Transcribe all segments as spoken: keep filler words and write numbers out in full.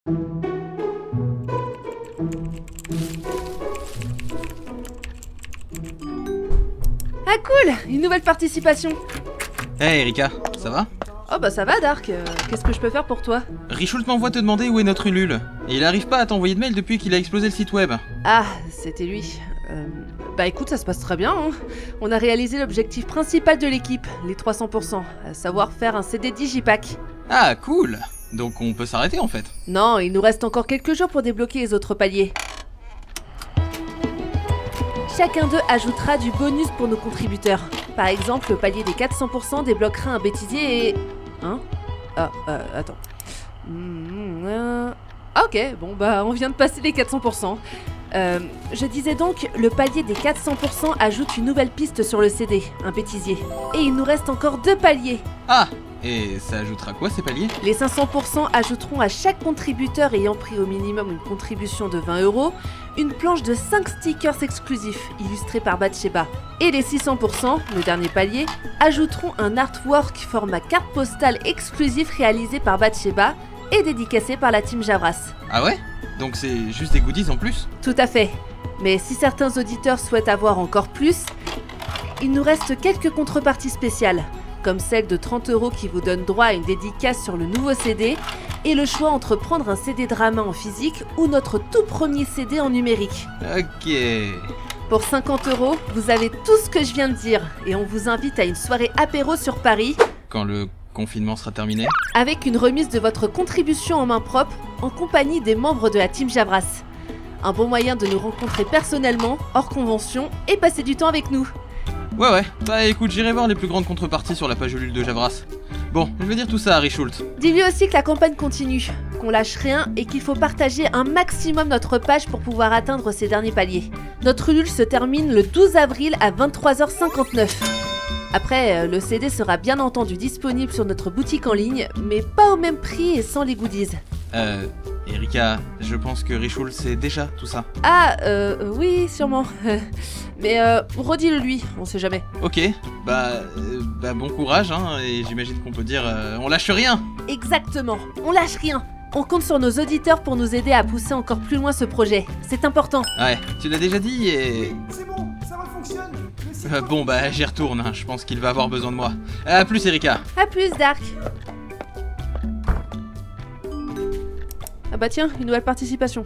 Ah cool, une nouvelle participation. Hey Erika, ça va? Oh bah ça va Dark, euh, qu'est-ce que je peux faire pour toi? Richoult m'envoie te demander où est notre Ulule. Et il arrive pas à t'envoyer de mail depuis qu'il a explosé le site web. Ah, c'était lui. Euh, bah écoute, ça se passe très bien. Hein. On a réalisé l'objectif principal de l'équipe, les trois cents pour cent, à savoir faire un C D Digipack. Ah cool. Donc on peut s'arrêter en fait. Non, il nous reste encore quelques jours pour débloquer les autres paliers. Chacun d'eux ajoutera du bonus pour nos contributeurs. Par exemple, le palier des quatre cents pour cent débloquera un bêtisier et... Hein? Ah, euh, attends. Mmh, euh... Ah ok, bon bah on vient de passer les quatre cents pour cent. Euh, je disais donc, le palier des quatre cents pour cent ajoute une nouvelle piste sur le C D, un bêtisier. Et il nous reste encore deux paliers. Ah! Et ça ajoutera quoi ces paliers? Les cinq cents pour cent ajouteront à chaque contributeur ayant pris au minimum une contribution de vingt euros une planche de cinq stickers exclusifs illustrés par Bathsheba. Et les six cents pour cent, le dernier palier, ajouteront un artwork format carte postale exclusif réalisé par Bathsheba et dédicacé par la team Javras. Ah ouais? Donc c'est juste des goodies en plus? Tout à fait. Mais si certains auditeurs souhaitent avoir encore plus, il nous reste quelques contreparties spéciales, comme celle de trente euros qui vous donne droit à une dédicace sur le nouveau C D et le choix entre prendre un C D Drama en physique ou notre tout premier C D en numérique. Ok... Pour cinquante euros, vous avez tout ce que je viens de dire et on vous invite à une soirée apéro sur Paris Quand le confinement sera terminé? avec une remise de votre contribution en main propre en compagnie des membres de la team Javras. Un bon moyen de nous rencontrer personnellement, hors convention et passer du temps avec nous. Ouais ouais, bah écoute, j'irai voir les plus grandes contreparties sur la page Ulule de Javras. Bon, je vais dire tout ça à Richoult. Dis-lui aussi que la campagne continue, qu'on lâche rien et qu'il faut partager un maximum notre page pour pouvoir atteindre ces derniers paliers. Notre Ulule se termine le douze avril à vingt-trois heures cinquante-neuf. Après, le C D sera bien entendu disponible sur notre boutique en ligne, mais pas au même prix et sans les goodies. Euh... Erika, je pense que Richoult sait déjà tout ça. Ah, euh, oui, sûrement. Mais euh, redis-le lui, on sait jamais. Ok, bah... euh, bah bon courage, hein, et j'imagine qu'on peut dire... euh, on lâche rien. Exactement, on lâche rien. On compte sur nos auditeurs pour nous aider à pousser encore plus loin ce projet. C'est important. Ouais, tu l'as déjà dit et... C'est bon, ça refonctionne. Le site Euh, bon bah j'y retourne, hein. Je pense qu'il va avoir besoin de moi. A plus Erika. À plus, Dark. Ah bah tiens, une nouvelle participation.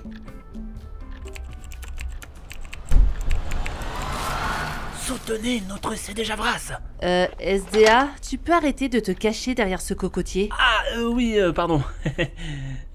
Soutenez notre C D Javras. Euh, S D A, tu peux arrêter de te cacher derrière ce cocotier? Ah, euh, oui, euh, pardon.